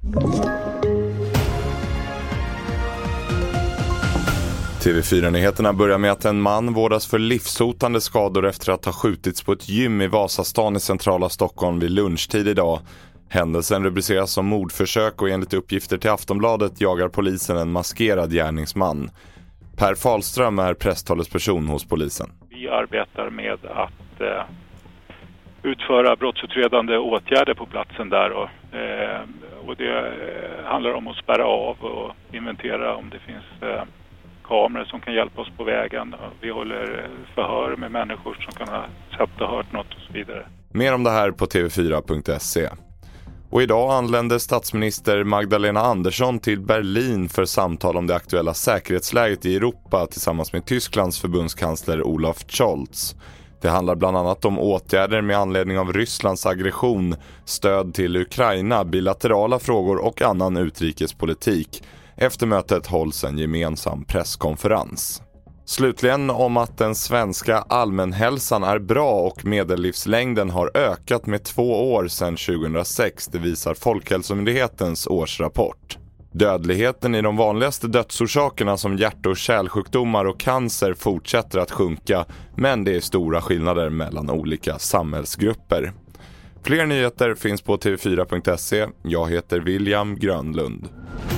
TV4-nyheterna börjar med att en man vårdas för livshotande skador efter att ha skjutits på ett gym i Vasastan i centrala Stockholm vid lunchtid idag. Händelsen rubriceras som mordförsök och enligt uppgifter till Aftonbladet jagar polisen en maskerad gärningsman. Per Falström är presstalesperson hos polisen. Vi arbetar med att utföra brottsutredande åtgärder på platsen där och det handlar om att spärra av och inventera om det finns kameror som kan hjälpa oss på vägen. Vi håller förhör med människor som kan ha sett och hört något och så vidare. Mer om det här på tv4.se. Och idag anlände statsminister Magdalena Andersson till Berlin för samtal om det aktuella säkerhetsläget i Europa tillsammans med Tysklands förbundskansler Olaf Scholz. Det handlar bland annat om åtgärder med anledning av Rysslands aggression, stöd till Ukraina, bilaterala frågor och annan utrikespolitik. Efter mötet hålls en gemensam presskonferens. Slutligen om att den svenska allmänhälsan är bra och medellivslängden har ökat med 2 år sedan 2006, det visar Folkhälsomyndighetens årsrapport. Dödligheten i de vanligaste dödsorsakerna som hjärt- och kärlsjukdomar och cancer fortsätter att sjunka, men det är stora skillnader mellan olika samhällsgrupper. Fler nyheter finns på tv4.se. Jag heter William Grönlund.